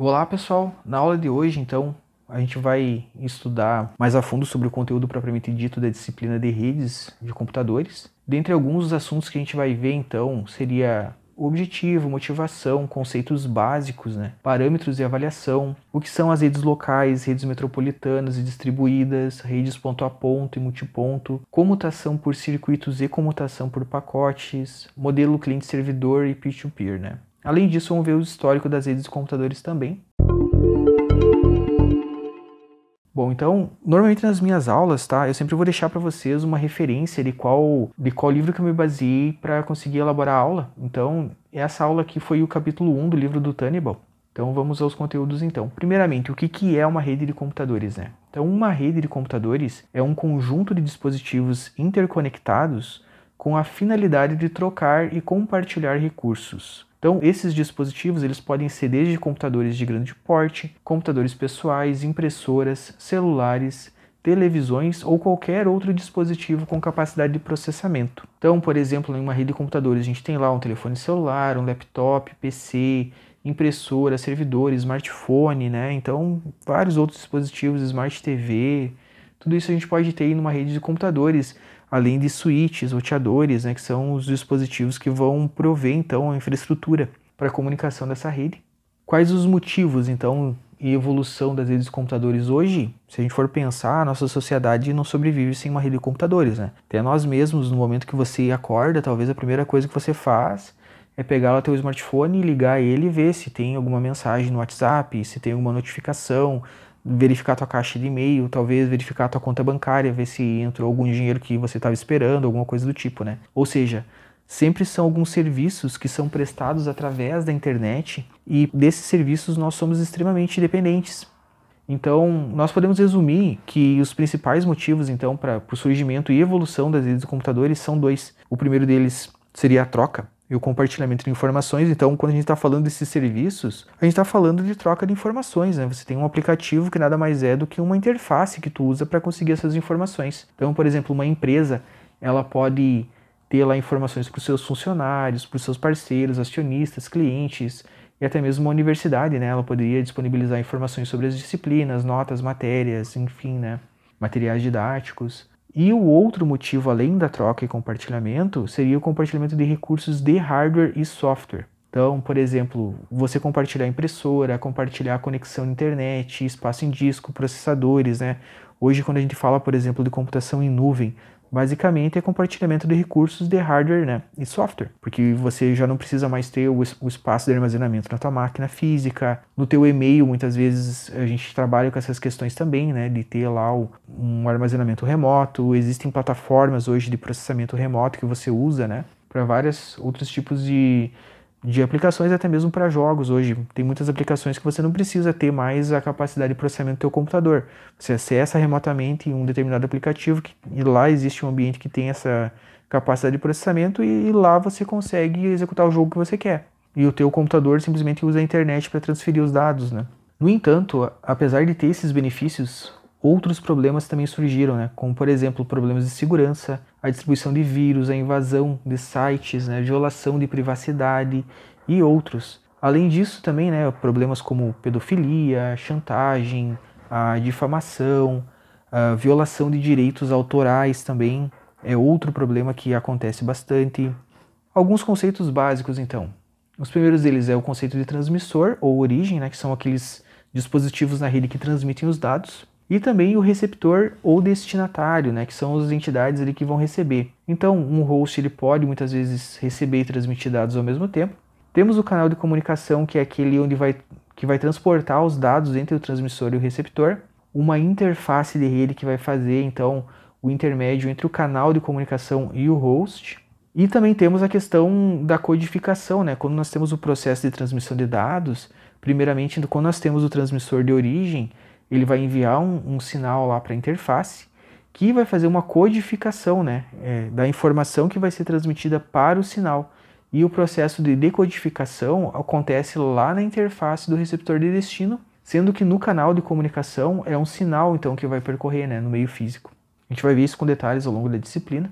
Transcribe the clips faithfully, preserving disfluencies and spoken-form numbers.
Olá pessoal, na aula de hoje então a gente vai estudar mais a fundo sobre o conteúdo propriamente dito da disciplina de redes de computadores. Dentre alguns dos assuntos que a gente vai ver então seria o objetivo, motivação, conceitos básicos, né? Parâmetros de avaliação, o que são as redes locais, redes metropolitanas e distribuídas, redes ponto a ponto e multiponto, comutação por circuitos e comutação por pacotes, modelo cliente-servidor e peer-to-peer, né? Além disso, vamos ver o histórico das redes de computadores também. Bom, então, normalmente nas minhas aulas, tá, eu sempre vou deixar para vocês uma referência de qual, de qual livro que eu me baseei para conseguir elaborar a aula. Então, essa aula aqui foi o capítulo um do livro do Tannibal. Então, vamos aos conteúdos então. Primeiramente, o que, que é uma rede de computadores, né? Então, uma rede de computadores é um conjunto de dispositivos interconectados com a finalidade de trocar e compartilhar recursos. Então, esses dispositivos eles podem ser desde computadores de grande porte, computadores pessoais, impressoras, celulares, televisões ou qualquer outro dispositivo com capacidade de processamento. Então, por exemplo, em uma rede de computadores, a gente tem lá um telefone celular, um laptop, P C, impressora, servidor, smartphone, né? Então, vários outros dispositivos, Smart T V, tudo isso a gente pode ter em uma rede de computadores, além de switches, roteadores, né, que são os dispositivos que vão prover, então, a infraestrutura para a comunicação dessa rede. Quais os motivos, então, e evolução das redes de computadores hoje? Se a gente for pensar, a nossa sociedade não sobrevive sem uma rede de computadores, né? Até nós mesmos, no momento que você acorda, talvez a primeira coisa que você faz é pegar lá teu smartphone, ligar ele e ver se tem alguma mensagem no WhatsApp, se tem alguma notificação, verificar tua caixa de e-mail, talvez verificar tua conta bancária, ver se entrou algum dinheiro que você estava esperando, alguma coisa do tipo, né? Ou seja, sempre são alguns serviços que são prestados através da internet e desses serviços nós somos extremamente dependentes. Então, nós podemos resumir que os principais motivos, então, para o surgimento e evolução das redes de computadores são dois. O primeiro deles seria a troca e o compartilhamento de informações. Então, quando a gente está falando desses serviços, a gente está falando de troca de informações, né? Você tem um aplicativo que nada mais é do que uma interface que tu usa para conseguir essas informações. Então, por exemplo, uma empresa, ela pode ter lá informações para os seus funcionários, para os seus parceiros, acionistas, clientes, e até mesmo uma universidade, né? Ela poderia disponibilizar informações sobre as disciplinas, notas, matérias, enfim, né? Materiais didáticos. E o outro motivo, além da troca e compartilhamento, seria o compartilhamento de recursos de hardware e software. Então, por exemplo, você compartilhar impressora, compartilhar conexão à internet, espaço em disco, processadores, né? Hoje, quando a gente fala, por exemplo, de computação em nuvem, basicamente é compartilhamento de recursos de hardware, né, e software, porque você já não precisa mais ter o, o espaço de armazenamento na tua máquina física, no teu e-mail muitas vezes a gente trabalha com essas questões também, né, de ter lá o, um armazenamento remoto, existem plataformas hoje de processamento remoto que você usa, né, para vários outros tipos de de aplicações, até mesmo para jogos hoje. Tem muitas aplicações que você não precisa ter mais a capacidade de processamento do teu computador. Você acessa remotamente um determinado aplicativo que, e lá existe um ambiente que tem essa capacidade de processamento e, e lá você consegue executar o jogo que você quer. E o teu computador simplesmente usa a internet para transferir os dados, né? No entanto, apesar de ter esses benefícios, outros problemas também surgiram, né? Como, por exemplo, problemas de segurança, a distribuição de vírus, a invasão de sites, né? Violação de privacidade e outros. Além disso, também, né, problemas como pedofilia, chantagem, a difamação, a violação de direitos autorais também é outro problema que acontece bastante. Alguns conceitos básicos, então. Os primeiros deles é o conceito de transmissor ou origem, né, que são aqueles dispositivos na rede que transmitem os dados. E também o receptor ou destinatário, né, que são as entidades ali que vão receber. Então, um host ele pode muitas vezes receber e transmitir dados ao mesmo tempo. Temos o canal de comunicação, que é aquele onde vai, que vai transportar os dados entre o transmissor e o receptor. Uma interface de rede que vai fazer, então, o intermédio entre o canal de comunicação e o host. E também temos a questão da codificação, né? Quando nós temos o processo de transmissão de dados, primeiramente, quando nós temos o transmissor de origem, ele vai enviar um, um sinal lá para a interface, que vai fazer uma codificação, né, é, da informação que vai ser transmitida para o sinal. E o processo de decodificação acontece lá na interface do receptor de destino, sendo que no canal de comunicação é um sinal, então, que vai percorrer, né, no meio físico. A gente vai ver isso com detalhes ao longo da disciplina.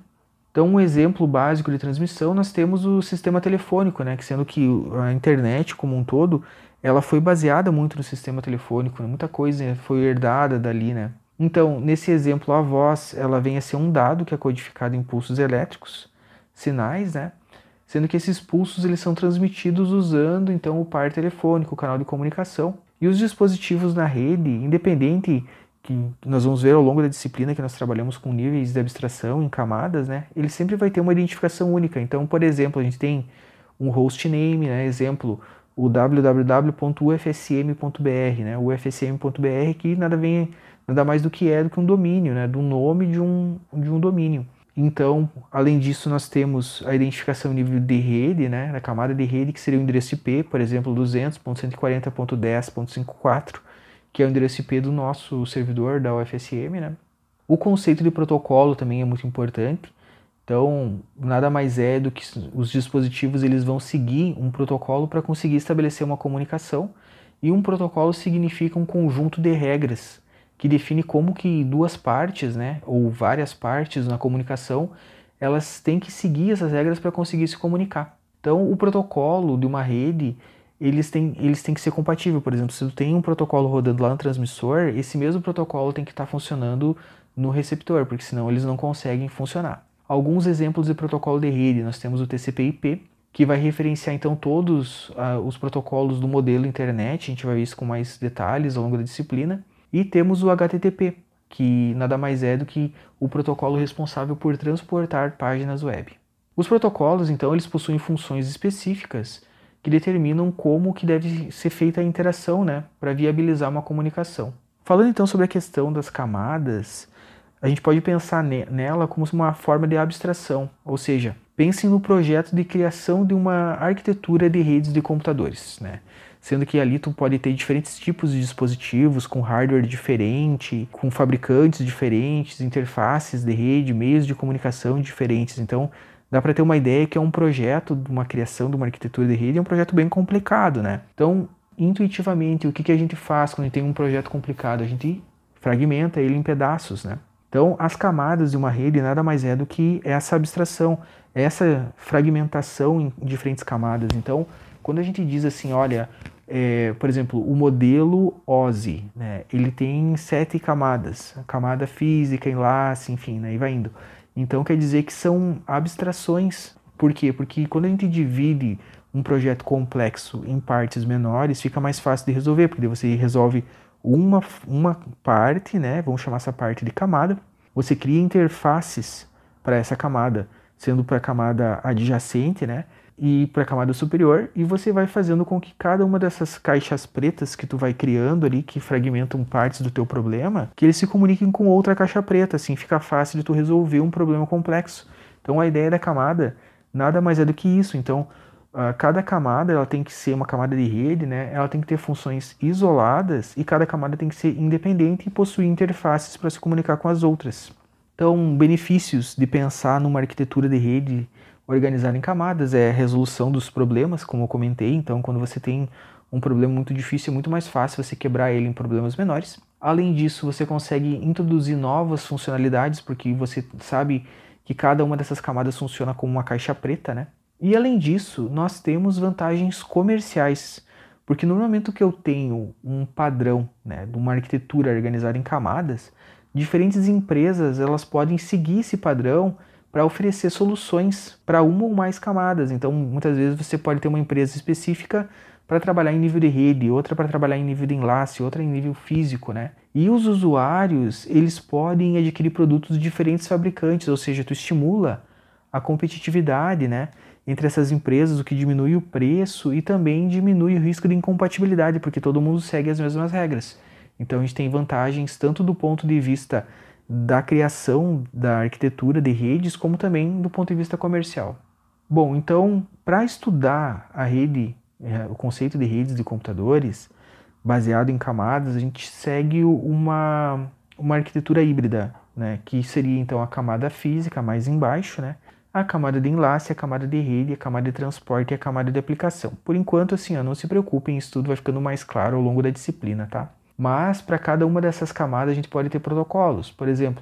Então, um exemplo básico de transmissão, nós temos o sistema telefônico, né? Que sendo que a internet como um todo, ela foi baseada muito no sistema telefônico, né? Muita coisa foi herdada dali, né? Então, nesse exemplo, a voz, ela vem a ser um dado que é codificado em pulsos elétricos, sinais, né? Sendo que esses pulsos eles são transmitidos usando então o par telefônico, o canal de comunicação. E os dispositivos na rede, independente, que nós vamos ver ao longo da disciplina que nós trabalhamos com níveis de abstração em camadas, né? Ele sempre vai ter uma identificação única. Então, por exemplo, a gente tem um hostname, né? Exemplo, o w w w ponto u f s m ponto b r, né? O u f s m ponto b r que nada, vem, nada mais do que é do que um domínio, né? Do nome de um, de um domínio. Então, além disso, nós temos a identificação em nível de rede, né, na camada de rede, que seria o endereço I P, por exemplo, duzentos ponto cento e quarenta ponto dez ponto cinquenta e quatro, que é o endereço I P do nosso servidor da U F S M, né. O conceito de protocolo também é muito importante. Então, nada mais é do que os dispositivos eles vão seguir um protocolo para conseguir estabelecer uma comunicação, e um protocolo significa um conjunto de regras que define como que duas partes, né, ou várias partes na comunicação, elas têm que seguir essas regras para conseguir se comunicar. Então, o protocolo de uma rede, eles têm, eles têm que ser compatíveis. Por exemplo, se tu tem um protocolo rodando lá no transmissor, esse mesmo protocolo tem que estar funcionando no receptor, porque senão eles não conseguem funcionar. Alguns exemplos de protocolo de rede, nós temos o T C P I P, que vai referenciar então todos uh, os protocolos do modelo internet, a gente vai ver isso com mais detalhes ao longo da disciplina. E temos o H T T P, que nada mais é do que o protocolo responsável por transportar páginas web. Os protocolos, então, eles possuem funções específicas que determinam como que deve ser feita a interação, né, para viabilizar uma comunicação. Falando então sobre a questão das camadas, a gente pode pensar nela como uma forma de abstração, ou seja, pensem no projeto de criação de uma arquitetura de redes de computadores, né? Sendo que ali tu pode ter diferentes tipos de dispositivos com hardware diferente, com fabricantes diferentes, interfaces de rede, meios de comunicação diferentes. Então, dá para ter uma ideia que é um projeto, uma criação de uma arquitetura de rede, é um projeto bem complicado, né? Então, intuitivamente, o que, que a gente faz quando a gente tem um projeto complicado? A gente fragmenta ele em pedaços, né? Então, as camadas de uma rede nada mais é do que essa abstração, essa fragmentação em diferentes camadas. Então, quando a gente diz assim, olha, é, por exemplo, o modelo O S I, né, ele tem sete camadas, camada física, enlace, enfim, né, e vai indo. Então quer dizer que são abstrações. Por quê? Porque quando a gente divide um projeto complexo em partes menores, fica mais fácil de resolver, porque você resolve uma, uma parte, né, vamos chamar essa parte de camada, você cria interfaces para essa camada, sendo para a camada adjacente, né, e para a camada superior, e você vai fazendo com que cada uma dessas caixas pretas que tu vai criando ali, que fragmentam partes do teu problema, que eles se comuniquem com outra caixa preta, assim fica fácil de tu resolver um problema complexo. Então a ideia da camada nada mais é do que isso. Então uh, cada camada ela tem que ser uma camada de rede, né? Ela tem que ter funções isoladas e cada camada tem que ser independente e possuir interfaces para se comunicar com as outras. Então, benefícios de pensar numa arquitetura de rede organizada em camadas é a resolução dos problemas, como eu comentei. Então, quando você tem um problema muito difícil, é muito mais fácil você quebrar ele em problemas menores. Além disso, você consegue introduzir novas funcionalidades, porque você sabe que cada uma dessas camadas funciona como uma caixa preta, né? E além disso, nós temos vantagens comerciais, porque no momento que eu tenho um padrão, né, de uma arquitetura organizada em camadas, diferentes empresas elas podem seguir esse padrão para oferecer soluções para uma ou mais camadas. Então, muitas vezes você pode ter uma empresa específica para trabalhar em nível de rede, outra para trabalhar em nível de enlace, outra em nível físico, né? E os usuários, eles podem adquirir produtos de diferentes fabricantes, ou seja, tu estimula a competitividade, né, entre essas empresas, o que diminui o preço e também diminui o risco de incompatibilidade, porque todo mundo segue as mesmas regras. Então, a gente tem vantagens tanto do ponto de vista da criação da arquitetura de redes, como também do ponto de vista comercial. Bom, então, para estudar a rede, o conceito de redes de computadores, baseado em camadas, a gente segue uma, uma arquitetura híbrida, né, que seria então a camada física mais embaixo, né, a camada de enlace, a camada de rede, a camada de transporte e a camada de aplicação. Por enquanto, assim, ó, não se preocupem, isso tudo vai ficando mais claro ao longo da disciplina, tá? Mas para cada uma dessas camadas a gente pode ter protocolos. Por exemplo,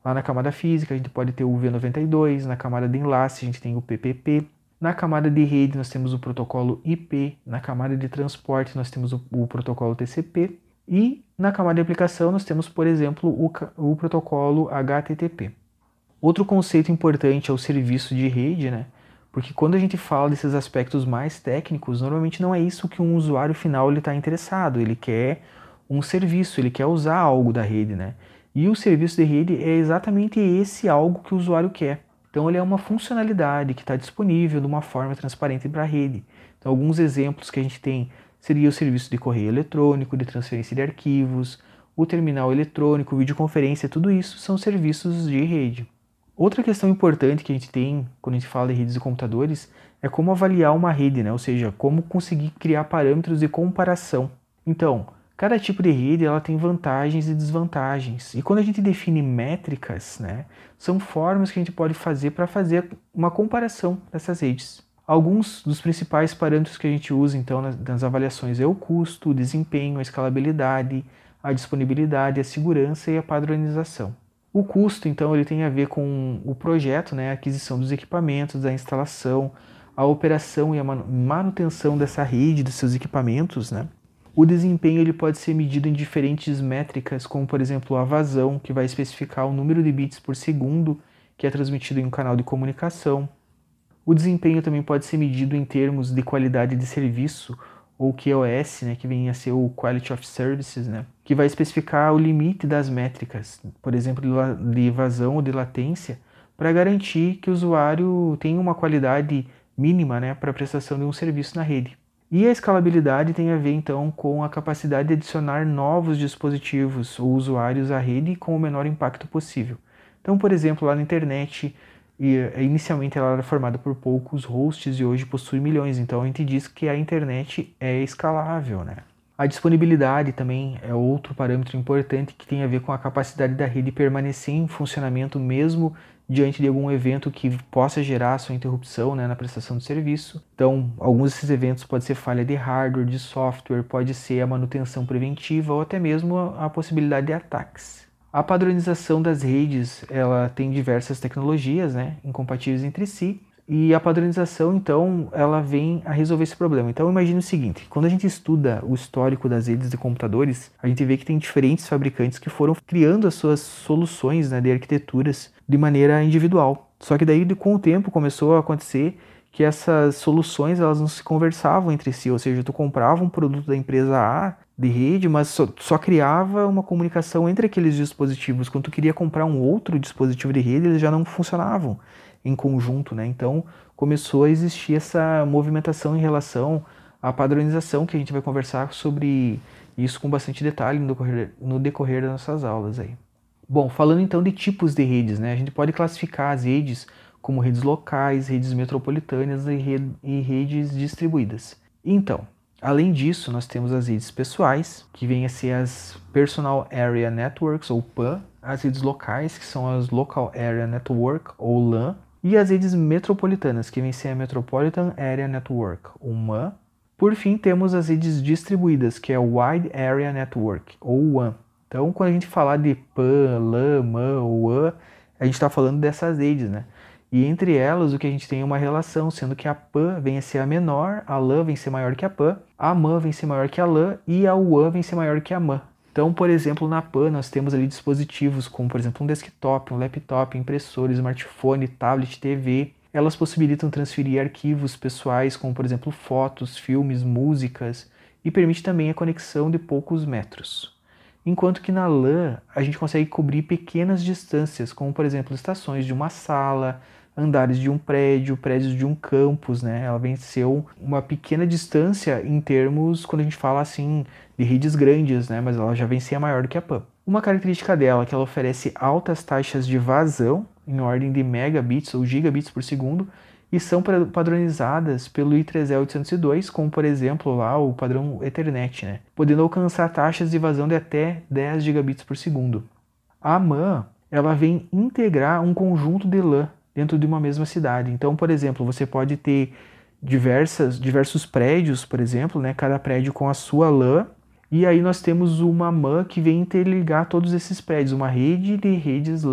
Lá na camada física a gente pode ter o V noventa e dois, na camada de enlace a gente tem o P P P, na camada de rede nós temos o protocolo I P, na camada de transporte nós temos o, o protocolo T C P e na camada de aplicação nós temos, por exemplo, o, o protocolo H T T P. Outro conceito importante é o serviço de rede, né? Porque quando a gente fala desses aspectos mais técnicos, normalmente não é isso que um usuário final está interessado, ele quer um serviço, ele quer usar algo da rede, né? E o serviço de rede é exatamente esse algo que o usuário quer. Então ele é uma funcionalidade que está disponível de uma forma transparente para a rede. Então alguns exemplos que a gente tem seria o serviço de correio eletrônico, de transferência de arquivos, o terminal eletrônico, videoconferência, tudo isso são serviços de rede. Outra questão importante que a gente tem quando a gente fala de redes de computadores é como avaliar uma rede, né? Ou seja, como conseguir criar parâmetros de comparação. Então, cada tipo de rede ela tem vantagens e desvantagens. E quando a gente define métricas, né, são formas que a gente pode fazer para fazer uma comparação dessas redes. Alguns dos principais parâmetros que a gente usa então nas, nas avaliações é o custo, o desempenho, a escalabilidade, a disponibilidade, a segurança e a padronização. O custo, então, ele tem a ver com o projeto, né, a aquisição dos equipamentos, a instalação, a operação e a manutenção dessa rede, dos seus equipamentos, né? O desempenho ele pode ser medido em diferentes métricas, como por exemplo a vazão, que vai especificar o número de bits por segundo que é transmitido em um canal de comunicação. O desempenho também pode ser medido em termos de qualidade de serviço, ou Q o S, né, que vem a ser o Quality of Services, né, que vai especificar o limite das métricas, por exemplo, de vazão ou de latência, para garantir que o usuário tenha uma qualidade mínima, né, para a prestação de um serviço na rede. E a escalabilidade tem a ver, então, com a capacidade de adicionar novos dispositivos ou usuários à rede com o menor impacto possível. Então, por exemplo, lá na internet, inicialmente ela era formada por poucos hosts e hoje possui milhões, então a gente diz que a internet é escalável, né? A disponibilidade também é outro parâmetro importante que tem a ver com a capacidade da rede permanecer em funcionamento mesmo diante de algum evento que possa gerar sua interrupção, né, na prestação do serviço. Então, alguns desses eventos podem ser falha de hardware, de software, pode ser a manutenção preventiva ou até mesmo a possibilidade de ataques. A padronização das redes, ela tem diversas tecnologias, né, incompatíveis entre si, e a padronização, então, ela vem a resolver esse problema. Então, imagine o seguinte, quando a gente estuda o histórico das redes de computadores, a gente vê que tem diferentes fabricantes que foram criando as suas soluções, né, de arquiteturas de maneira individual. Só que daí, com o tempo, começou a acontecer que essas soluções elas não se conversavam entre si, ou seja, tu comprava um produto da empresa A de rede, mas só, só criava uma comunicação entre aqueles dispositivos. Quando tu queria comprar um outro dispositivo de rede, eles já não funcionavam em conjunto, né? Então começou a existir essa movimentação em relação à padronização, que a gente vai conversar sobre isso com bastante detalhe no decorrer, no decorrer das nossas aulas aí. Bom, falando então de tipos de redes, né? A gente pode classificar as redes como redes locais, redes metropolitanas e, rede, e redes distribuídas. Então, além disso, nós temos as redes pessoais, que vêm a ser as Personal Area Networks, ou P A N, as redes locais, que são as Local Area Network, ou LAN, e as redes metropolitanas, que vêm a ser a Metropolitan Area Network, ou M A N. Por fim, temos as redes distribuídas, que é o Wide Area Network, ou W A N. Então, quando a gente falar de P A N, LAN, M A N ou W A N, a gente está falando dessas redes, né? E entre elas, o que a gente tem é uma relação, sendo que a P A N vem a ser a menor, a LAN vem a ser maior que a P A N, a M A N vem a ser maior que a LAN e a W A N vem a ser maior que a M A N. Então, por exemplo, na P A N nós temos ali dispositivos como, por exemplo, um desktop, um laptop, impressora, smartphone, tablet, T V. Elas possibilitam transferir arquivos pessoais, como, por exemplo, fotos, filmes, músicas, e permite também a conexão de poucos metros. Enquanto que na LAN a gente consegue cobrir pequenas distâncias, como, por exemplo, estações de uma sala, andares de um prédio, prédios de um campus, né? Ela venceu uma pequena distância em termos, quando a gente fala assim, de redes grandes, né? Mas ela já vencia maior do que a P A N. Uma característica dela é que ela oferece altas taxas de vazão, em ordem de megabits ou gigabits por segundo, e são padronizadas pelo I três E oitocentos e dois, como por exemplo lá o padrão Ethernet, né? Podendo alcançar taxas de vazão de até dez gigabits por segundo. A M A N, ela vem integrar um conjunto de LAN dentro de uma mesma cidade. Então, por exemplo, você pode ter diversas, diversos prédios, por exemplo, né? Cada prédio com a sua LAN, e aí nós temos uma M A N que vem interligar todos esses prédios, uma rede de redes LAN.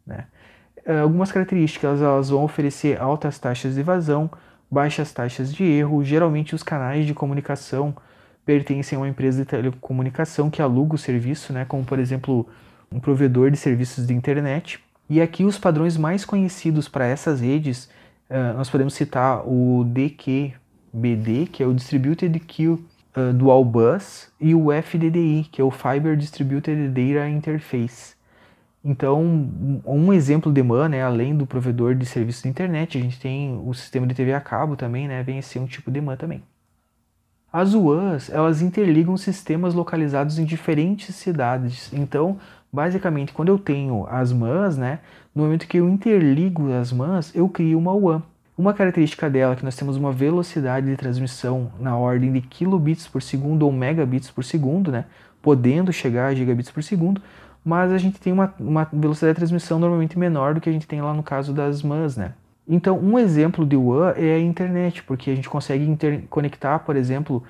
né? Algumas características, elas vão oferecer altas taxas de evasão, baixas taxas de erro. Geralmente os canais de comunicação pertencem a uma empresa de telecomunicação que aluga o serviço, né? Como por exemplo um provedor de serviços de internet. E aqui os padrões mais conhecidos para essas redes, uh, nós podemos citar o D Q B D, que é o Distributed Queue uh, Dual Bus, e o F D D I, que é o Fiber Distributed Data Interface. Então, um exemplo de M A N, né, além do provedor de serviços de internet, a gente tem o sistema de T V a cabo também, né, vem a ser um tipo de M A N também. As U A Ns, elas interligam sistemas localizados em diferentes cidades. Então, basicamente, quando eu tenho as M A Ns, né, no momento que eu interligo as M A Ns, eu crio uma U A N. Uma característica dela é que nós temos uma velocidade de transmissão na ordem de kilobits por segundo ou megabits por segundo, né, podendo chegar a gigabits por segundo, mas a gente tem uma, uma velocidade de transmissão normalmente menor do que a gente tem lá no caso das M A Ns, né. Então, um exemplo de U A N é a internet, porque a gente consegue interconectar, por exemplo,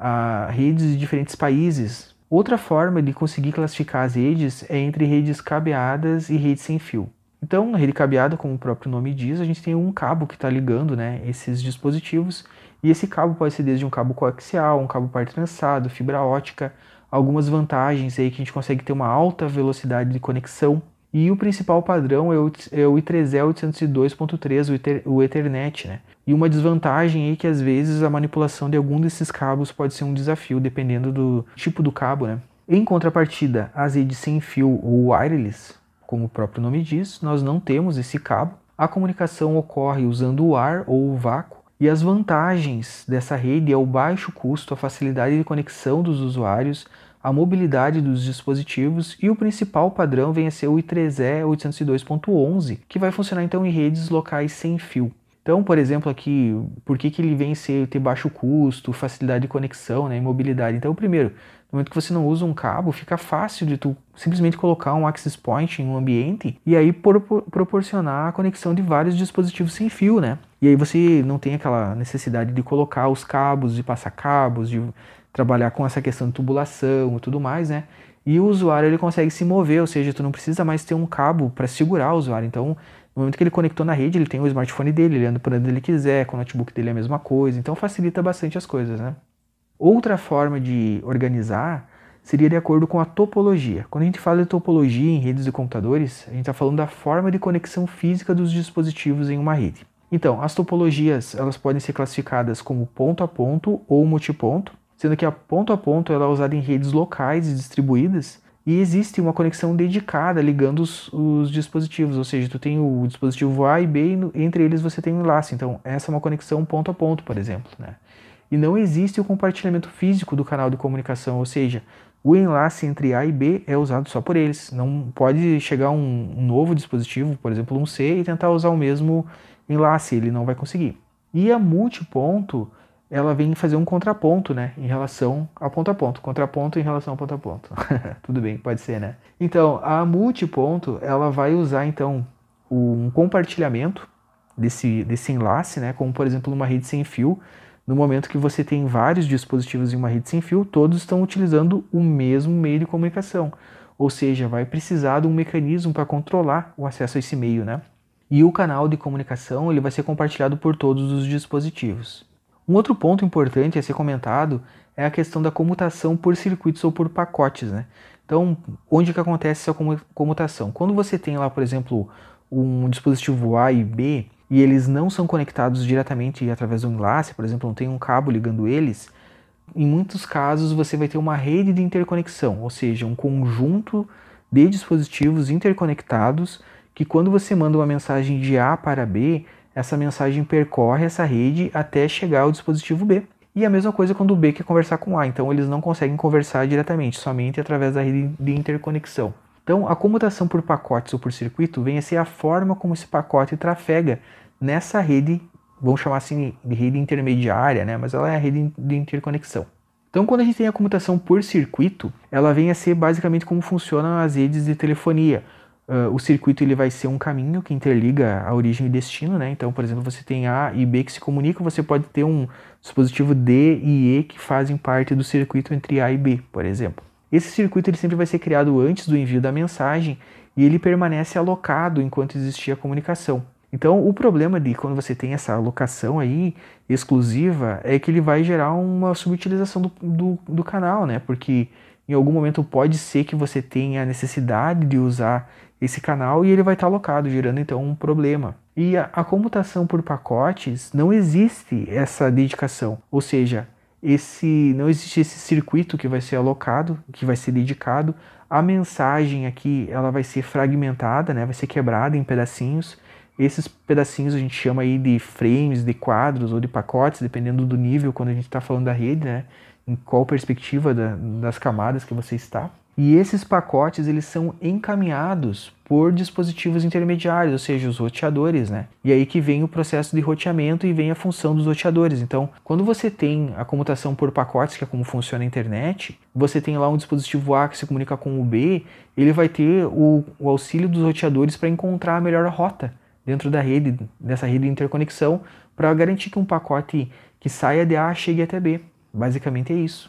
a redes de diferentes países. Outra forma de conseguir classificar as redes é entre redes cabeadas e redes sem fio. Então, na rede cabeada, como o próprio nome diz, a gente tem um cabo que está ligando, né, esses dispositivos, e esse cabo pode ser desde um cabo coaxial, um cabo par trançado, fibra ótica, algumas vantagens aí que a gente consegue ter uma alta velocidade de conexão. E o principal padrão é o, é o I três E oitocentos e dois ponto três, o, Ether, o Ethernet, né? E uma desvantagem é que às vezes a manipulação de algum desses cabos pode ser um desafio, dependendo do tipo do cabo, né? Em contrapartida, as redes sem fio ou wireless, como o próprio nome diz, nós não temos esse cabo. A comunicação ocorre usando o ar ou o vácuo. E as vantagens dessa rede é o baixo custo, a facilidade de conexão dos usuários, a mobilidade dos dispositivos, e o principal padrão vem a ser o I três E oitocentos e dois ponto onze, que vai funcionar então em redes locais sem fio. Então, por exemplo, aqui, por que, que ele vem ser, ter baixo custo, facilidade de conexão, né, e mobilidade? Então, primeiro, no momento que você não usa um cabo, fica fácil de tu simplesmente colocar um access point em um ambiente e aí por, proporcionar a conexão de vários dispositivos sem fio, né? E aí você não tem aquela necessidade de colocar os cabos, de passar cabos, de trabalhar com essa questão de tubulação e tudo mais, né? E o usuário ele consegue se mover, ou seja, tu não precisa mais ter um cabo para segurar o usuário. Então, no momento que ele conectou na rede, ele tem o smartphone dele, ele anda por onde ele quiser, com o notebook dele é a mesma coisa. Então, facilita bastante as coisas, né? Outra forma de organizar seria de acordo com a topologia. Quando a gente fala de topologia em redes de computadores, a gente está falando da forma de conexão física dos dispositivos em uma rede. Então, as topologias elas podem ser classificadas como ponto a ponto ou multiponto, sendo que a ponto a ponto ela é usada em redes locais e distribuídas, e existe uma conexão dedicada ligando os, os dispositivos, ou seja, tu tem o dispositivo A e B e no, entre eles você tem um enlace. Então, essa é uma conexão ponto a ponto, por exemplo, né? E não existe o compartilhamento físico do canal de comunicação, ou seja, o enlace entre A e B é usado só por eles. Não pode chegar um, um novo dispositivo, por exemplo, um C, e tentar usar o mesmo enlace, ele não vai conseguir. E a multiponto, ela vem fazer um contraponto, né, em relação a ponto a ponto, contraponto em relação a ponto a ponto. Tudo bem, pode ser, né? Então, a multiponto, ela vai usar, então, um compartilhamento desse, desse enlace, né, como, por exemplo, numa rede sem fio. No momento que você tem vários dispositivos em uma rede sem fio, todos estão utilizando o mesmo meio de comunicação. Ou seja, vai precisar de um mecanismo para controlar o acesso a esse meio, né? E o canal de comunicação ele vai ser compartilhado por todos os dispositivos. Um outro ponto importante a ser comentado é a questão da comutação por circuitos ou por pacotes, né? Então, onde que acontece essa comutação? Quando você tem lá, por exemplo, um dispositivo A e B, e eles não são conectados diretamente através do enlace, por exemplo, não tem um cabo ligando eles, em muitos casos você vai ter uma rede de interconexão, ou seja, um conjunto de dispositivos interconectados que quando você manda uma mensagem de A para B, essa mensagem percorre essa rede até chegar ao dispositivo B. E a mesma coisa quando o B quer conversar com A, então eles não conseguem conversar diretamente, somente através da rede de interconexão. Então, a comutação por pacotes ou por circuito vem a ser a forma como esse pacote trafega nessa rede, vamos chamar assim de rede intermediária, né? Mas ela é a rede de interconexão. Então, quando a gente tem a comutação por circuito, ela vem a ser basicamente como funcionam as redes de telefonia. Uh, o circuito ele vai ser um caminho que interliga a origem e destino, né? Então, por exemplo, você tem A e B que se comunicam, você pode ter um dispositivo D e E que fazem parte do circuito entre A e B, por exemplo. Esse circuito ele sempre vai ser criado antes do envio da mensagem e ele permanece alocado enquanto existir a comunicação. Então, o problema de quando você tem essa alocação aí exclusiva é que ele vai gerar uma subutilização do, do, do canal, né? Porque em algum momento pode ser que você tenha a necessidade de usar esse canal e ele vai estar alocado, gerando então um problema. E a, a comutação por pacotes, não existe essa dedicação, ou seja, esse, não existe esse circuito que vai ser alocado, que vai ser dedicado. A mensagem aqui ela vai ser fragmentada, né? Vai ser quebrada em pedacinhos. Esses pedacinhos a gente chama aí de frames, de quadros ou de pacotes, dependendo do nível quando a gente está falando da rede, né? Em qual perspectiva da, das camadas que você está. E esses pacotes eles são encaminhados por dispositivos intermediários, ou seja, os roteadores, né? E aí que vem o processo de roteamento e vem a função dos roteadores. Então, quando você tem a comutação por pacotes, que é como funciona a internet, você tem lá um dispositivo A que se comunica com o B, ele vai ter o, o auxílio dos roteadores para encontrar a melhor rota dentro da rede, dessa rede de interconexão, para garantir que um pacote que saia de A chegue até B. Basicamente é isso.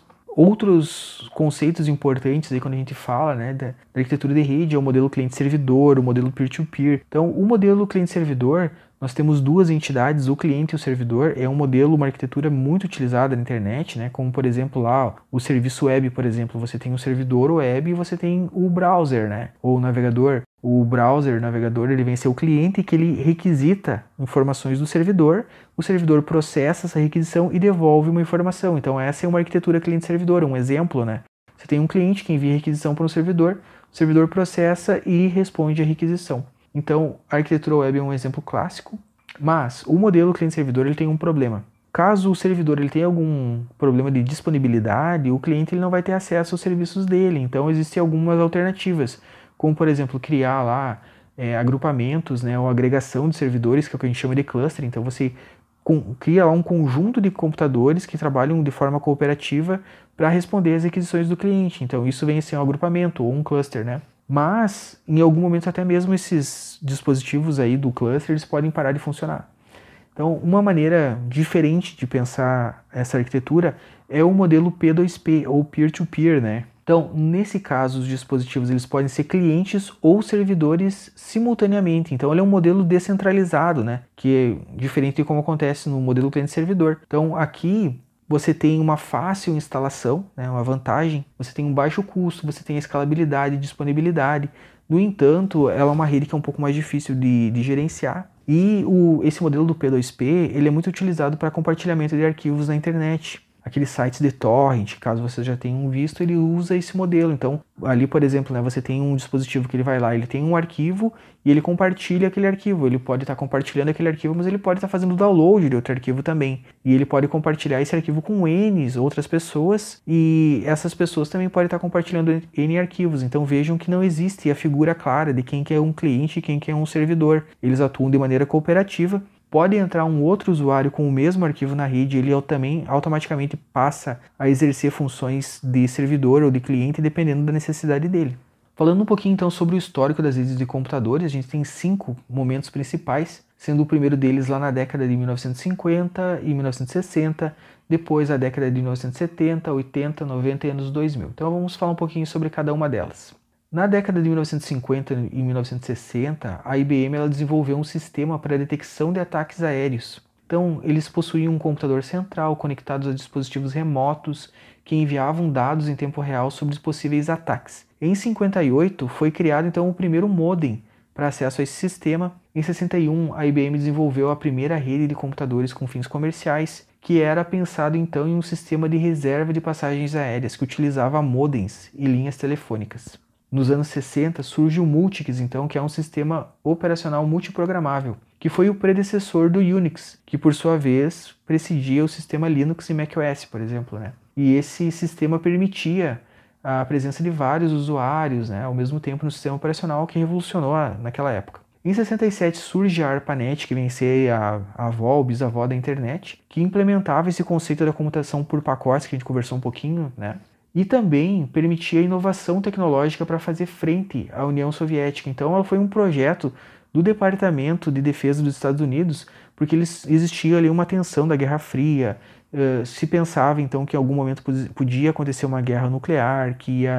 Outros conceitos importantes aí quando a gente fala, né, da, da arquitetura de rede é o modelo cliente-servidor, o modelo peer-to-peer. Então, o modelo cliente-servidor, nós temos duas entidades, o cliente e o servidor. É um modelo, uma arquitetura muito utilizada na internet, né, como por exemplo lá o serviço web, por exemplo, você tem o servidor web e você tem o browser, né, ou o navegador. O browser, o navegador, ele vem ser o cliente que ele requisita informações do servidor, o servidor processa essa requisição e devolve uma informação. Então essa é uma arquitetura cliente-servidor, um exemplo, né? Você tem um cliente que envia requisição para um servidor, o servidor processa e responde a requisição. Então a arquitetura web é um exemplo clássico, mas o modelo cliente-servidor ele tem um problema. Caso o servidor ele tenha algum problema de disponibilidade, o cliente ele não vai ter acesso aos serviços dele. Então existem algumas alternativas, como por exemplo criar lá é, agrupamentos, né, ou agregação de servidores, que é o que a gente chama de cluster. Então você com, cria lá um conjunto de computadores que trabalham de forma cooperativa para responder às requisições do cliente. Então isso vem a ser um agrupamento ou um cluster, né? Mas em algum momento até mesmo esses dispositivos aí do cluster eles podem parar de funcionar. Então uma maneira diferente de pensar essa arquitetura é o modelo P dois P ou peer-to-peer, né? Então, nesse caso, os dispositivos eles podem ser clientes ou servidores simultaneamente. Então, ele é um modelo descentralizado, né? Que é diferente de como acontece no modelo cliente-servidor. Então, aqui você tem uma fácil instalação, né? Uma vantagem. Você tem um baixo custo, você tem a escalabilidade e disponibilidade. No entanto, ela é uma rede que é um pouco mais difícil de, de gerenciar. E o, esse modelo do P dois P ele é muito utilizado para compartilhamento de arquivos na internet. Aqueles sites de torrent, caso você já tenha um visto, ele usa esse modelo. Então, ali, por exemplo, né, você tem um dispositivo que ele vai lá, ele tem um arquivo e ele compartilha aquele arquivo. Ele pode estar compartilhando aquele arquivo, mas ele pode estar fazendo download de outro arquivo também. E ele pode compartilhar esse arquivo com N outras pessoas e essas pessoas também podem estar compartilhando N arquivos. Então, vejam que não existe a figura clara de quem que é um cliente e quem que é um servidor. Eles atuam de maneira cooperativa. Pode entrar um outro usuário com o mesmo arquivo na rede, ele também automaticamente passa a exercer funções de servidor ou de cliente, dependendo da necessidade dele. Falando um pouquinho então sobre o histórico das redes de computadores, a gente tem cinco momentos principais, sendo o primeiro deles lá na década de mil novecentos e cinquenta e mil novecentos e sessenta, depois a década de mil novecentos e setenta, oitenta, noventa e anos dois mil. Então vamos falar um pouquinho sobre cada uma delas. Na década de mil novecentos e cinquenta e mil novecentos e sessenta, a I B M ela desenvolveu um sistema para a detecção de ataques aéreos. Então, eles possuíam um computador central conectado a dispositivos remotos que enviavam dados em tempo real sobre os possíveis ataques. Em cinquenta e oito, foi criado então o primeiro modem para acesso a esse sistema. Em sessenta e um, a I B M desenvolveu a primeira rede de computadores com fins comerciais, que era pensado então em um sistema de reserva de passagens aéreas que utilizava modems e linhas telefônicas. Nos anos sessenta surge o Multics, então, que é um sistema operacional multiprogramável, que foi o predecessor do Unix, que por sua vez precedia o sistema Linux e macOS, por exemplo, né? E esse sistema permitia a presença de vários usuários, né, ao mesmo tempo no sistema operacional, que revolucionou a, naquela época. Em sessenta e sete surge a ARPANET, que vem ser a, a avó ou bisavó da internet, que implementava esse conceito da comutação por pacotes, que a gente conversou um pouquinho, né? E também permitia inovação tecnológica para fazer frente à União Soviética. Então ela foi um projeto do Departamento de Defesa dos Estados Unidos, porque eles, existia ali uma tensão da Guerra Fria, uh, se pensava então que em algum momento podia acontecer uma guerra nuclear, que ia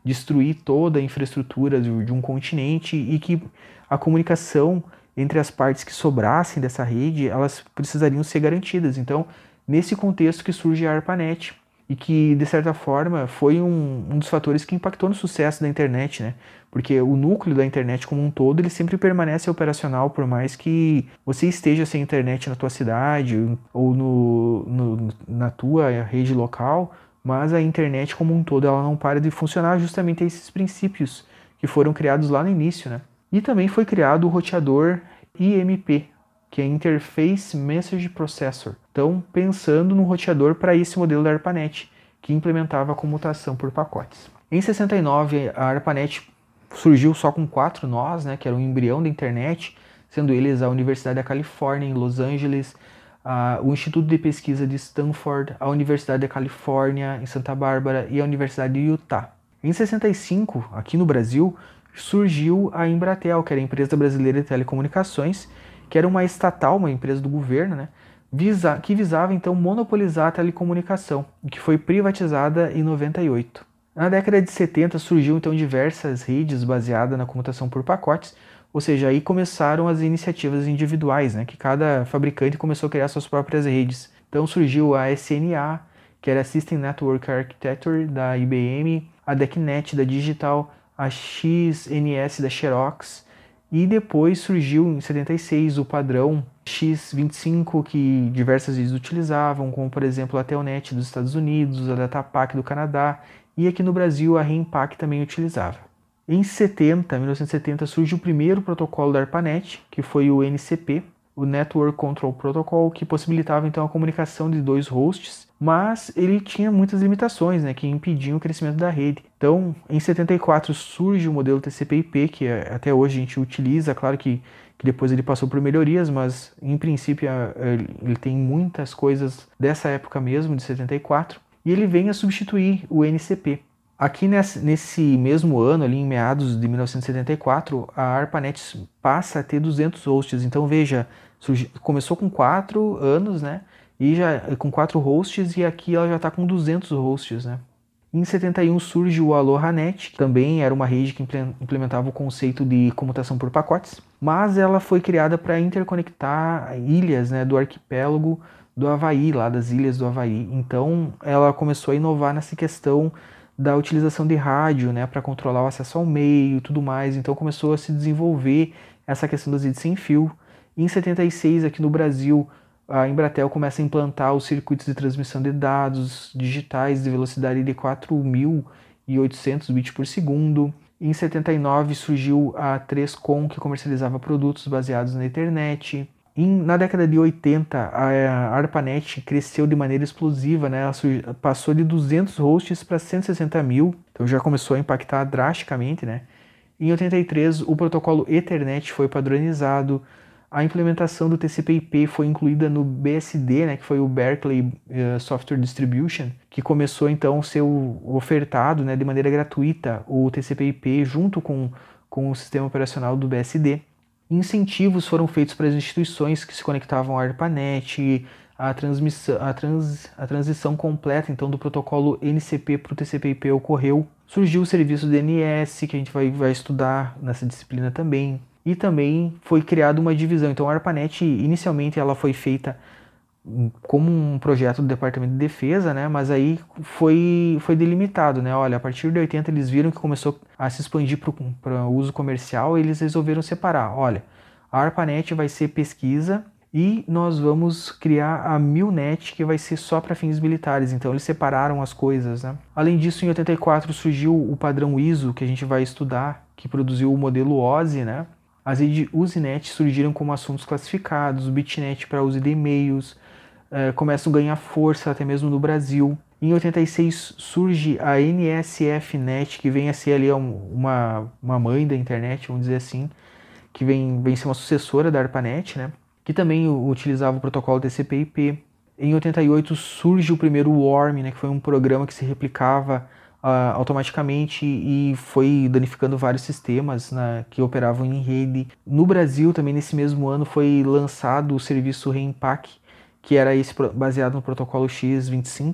destruir toda a infraestrutura de um continente e que a comunicação entre as partes que sobrassem dessa rede, elas precisariam ser garantidas. Então, nesse contexto que surge a ARPANET, e que, de certa forma, foi um, um dos fatores que impactou no sucesso da internet, né? Porque o núcleo da internet como um todo, ele sempre permanece operacional, por mais que você esteja sem internet na tua cidade ou no, no, na tua rede local, mas a internet como um todo, ela não para de funcionar justamente a esses princípios que foram criados lá no início, né? E também foi criado o roteador I M P, que é Interface Message Processor. Então, pensando no roteador para esse modelo da ARPANET, que implementava a comutação por pacotes. Em sessenta e nove, a ARPANET surgiu só com quatro nós, né, que era o embrião da internet, sendo eles a Universidade da Califórnia, em Los Angeles, a, o Instituto de Pesquisa de Stanford, a Universidade da Califórnia, em Santa Bárbara, e a Universidade de Utah. Em sessenta e cinco, aqui no Brasil, surgiu a Embratel, que era a Empresa Brasileira de Telecomunicações, que era uma estatal, uma empresa do governo, né, visa, que visava então monopolizar a telecomunicação, que foi privatizada em noventa e oito. Na década de setenta surgiu então diversas redes baseadas na comutação por pacotes, ou seja, aí começaram as iniciativas individuais, né, que cada fabricante começou a criar suas próprias redes. Então surgiu a S N A, que era a System Network Architecture da I B M, a DECnet da Digital, a X N S da Xerox, e depois surgiu em setenta e seis o padrão X vinte e cinco, que diversas redes utilizavam, como por exemplo a Telnet dos Estados Unidos, a Datapac do Canadá, e aqui no Brasil a Renpac também utilizava. Em setenta, mil novecentos e setenta, surge o primeiro protocolo da ARPANET, que foi o N C P, o Network Control Protocol, que possibilitava então a comunicação de dois hosts, mas ele tinha muitas limitações, né, que impediam o crescimento da rede. Então, em setenta e quatro surge o modelo T C P I P, que até hoje a gente utiliza, claro que, que depois ele passou por melhorias, mas em princípio ele tem muitas coisas dessa época mesmo, de setenta e quatro, e ele vem a substituir o N C P. Aqui nesse, nesse mesmo ano, ali em meados de mil novecentos e setenta e quatro, a ARPANET passa a ter duzentos hosts. Então veja, surgi, começou com quatro anos, né? E já com quatro hosts, e aqui ela já está com duzentos hosts, né? Em setenta e um surge o AlohaNet, que também era uma rede que implementava o conceito de comutação por pacotes, mas ela foi criada para interconectar ilhas, né, do arquipélago do Havaí, lá das ilhas do Havaí. Então ela começou a inovar nessa questão da utilização de rádio, né, para controlar o acesso ao meio e tudo mais. Então começou a se desenvolver essa questão das redes sem fio. Em setenta e seis, aqui no Brasil, a Embratel começa a implantar os circuitos de transmissão de dados digitais de velocidade de quatro mil e oitocentos bits por segundo. Em setenta e nove surgiu a três com, que comercializava produtos baseados na internet. Em, na década de oitenta, a ARPANET cresceu de maneira explosiva, né? Ela passou de duzentos hosts para cento e sessenta mil, então já começou a impactar drasticamente, né? Em oitenta e três, o protocolo Ethernet foi padronizado, a implementação do T C P I P foi incluída no B S D, né, que foi o Berkeley uh, Software Distribution, que começou então a ser o, ofertado, né, de maneira gratuita o T C P I P junto com, com o sistema operacional do B S D. Incentivos foram feitos para as instituições que se conectavam à ARPANET, a, transmissão, a, trans, a transição completa então do protocolo N C P para o T C P I P ocorreu. Surgiu o serviço D N S, que a gente vai, vai estudar nessa disciplina também. E também foi criada uma divisão. Então a ARPANET, inicialmente, ela foi feita como um projeto do Departamento de Defesa, né? Mas aí foi, foi delimitado, né? Olha, a partir de oitenta eles viram que começou a se expandir para o uso comercial e eles resolveram separar. Olha, a ARPANET vai ser pesquisa e nós vamos criar a MILNET, que vai ser só para fins militares. Então eles separaram as coisas, né? Além disso, em oitenta e quatro surgiu o padrão I S O, que a gente vai estudar, que produziu o modelo O S I, né? As redes Usenet surgiram como assuntos classificados, o Bitnet para uso de e-mails, eh, começam a ganhar força até mesmo no Brasil. Em oitenta e seis surge a N S F Net, que vem a ser ali uma, uma mãe da internet, vamos dizer assim, que vem, vem ser uma sucessora da ARPANET, né? Que também utilizava o protocolo T C P I P. Em oitenta e oito surge o primeiro Worm, né, que foi um programa que se replicava Uh, automaticamente e foi danificando vários sistemas, né, que operavam em rede. No Brasil, também nesse mesmo ano, foi lançado o serviço Renpac, que era esse baseado no protocolo X vinte e cinco, né?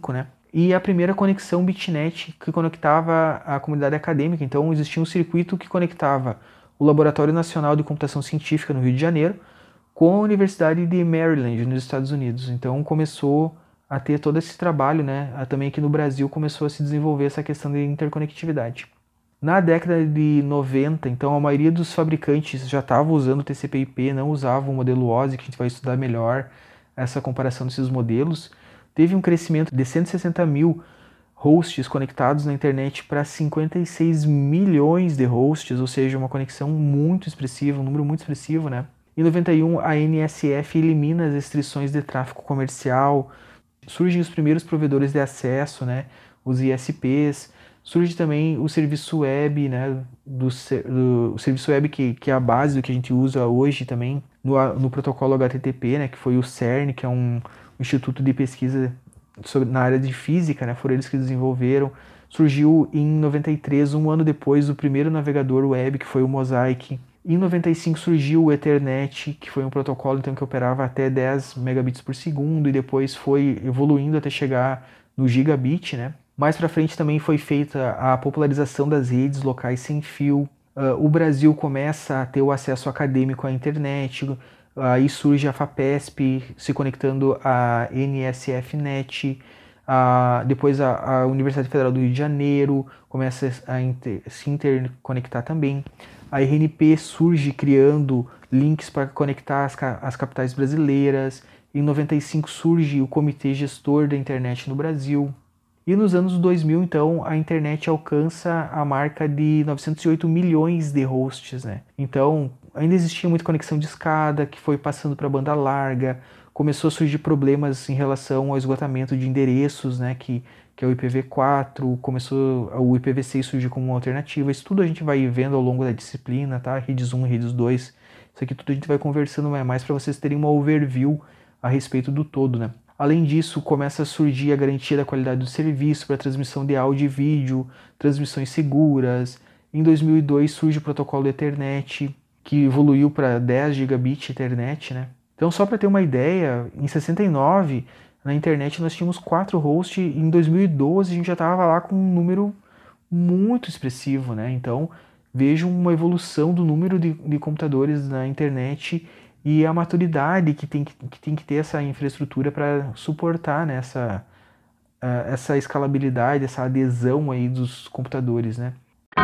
e a primeira conexão bitnet que conectava a comunidade acadêmica. Então existia um circuito que conectava o Laboratório Nacional de Computação Científica no Rio de Janeiro com a Universidade de Maryland, nos Estados Unidos. Então começou a ter todo esse trabalho, né? Também aqui no Brasil começou a se desenvolver essa questão de interconectividade. Na década de noventa, então, a maioria dos fabricantes já estava usando o T C P I P, não usava o modelo O S I, que a gente vai estudar melhor essa comparação desses modelos. Teve um crescimento de cento e sessenta mil hosts conectados na internet para cinquenta e seis milhões de hosts, ou seja, uma conexão muito expressiva, um número muito expressivo, né? Em noventa e um, a N S F elimina as restrições de tráfego comercial, surgem os primeiros provedores de acesso, né? Os I S Ps, surge também o serviço web, né? Do, do, o serviço web que, que é a base do que a gente usa hoje também, no, no protocolo H T T P, né? Que foi o CERN, que é um instituto de pesquisa sobre, na área de física, né? Foram eles que desenvolveram. Surgiu em noventa e três, um ano depois, o primeiro navegador web, que foi o Mosaic. Em noventa e cinco surgiu o Ethernet, que foi um protocolo então, que operava até dez megabits por segundo e depois foi evoluindo até chegar no gigabit, né? Mais para frente também foi feita a popularização das redes locais sem fio. Uh, o Brasil começa a ter o acesso acadêmico à internet, aí surge a FAPESP se conectando à N S F net, uh, depois a, a Universidade Federal do Rio de Janeiro começa a inter, se interconectar também. A R N P surge criando links para conectar as, as capitais brasileiras. Em noventa e cinco surge o Comitê Gestor da Internet no Brasil. E nos anos dois mil, então, a internet alcança a marca de novecentos e oito milhões de hosts, né? Então, ainda existia muita conexão de escada, que foi passando para banda larga, começou a surgir problemas em relação ao esgotamento de endereços, né? Que, que é o I P v quatro, começou o I P v seis surgir como uma alternativa. Isso tudo a gente vai vendo ao longo da disciplina, tá? Redes um, redes dois, isso aqui tudo a gente vai conversando mais para vocês terem uma overview a respeito do todo, né? Além disso, começa a surgir a garantia da qualidade do serviço para transmissão de áudio e vídeo, transmissões seguras. Em dois mil e dois surge o protocolo Ethernet, que evoluiu para dez gigabit Ethernet, né? Então, só para ter uma ideia, em sessenta e nove, na internet nós tínhamos quatro hosts, e em dois mil e doze a gente já estava lá com um número muito expressivo, né? Então, vejam uma evolução do número de, de computadores na internet e a maturidade que tem que, que, tem que ter essa infraestrutura para suportar, né, essa, uh, essa escalabilidade, essa adesão aí dos computadores, né?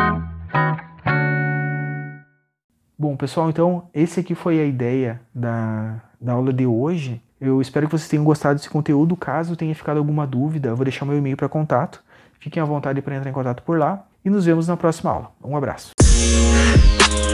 Bom, pessoal, então esse aqui foi a ideia da, da aula de hoje. Eu espero que vocês tenham gostado desse conteúdo. Caso tenha ficado alguma dúvida, eu vou deixar meu e-mail para contato. Fiquem à vontade para entrar em contato por lá e nos vemos na próxima aula. Um abraço.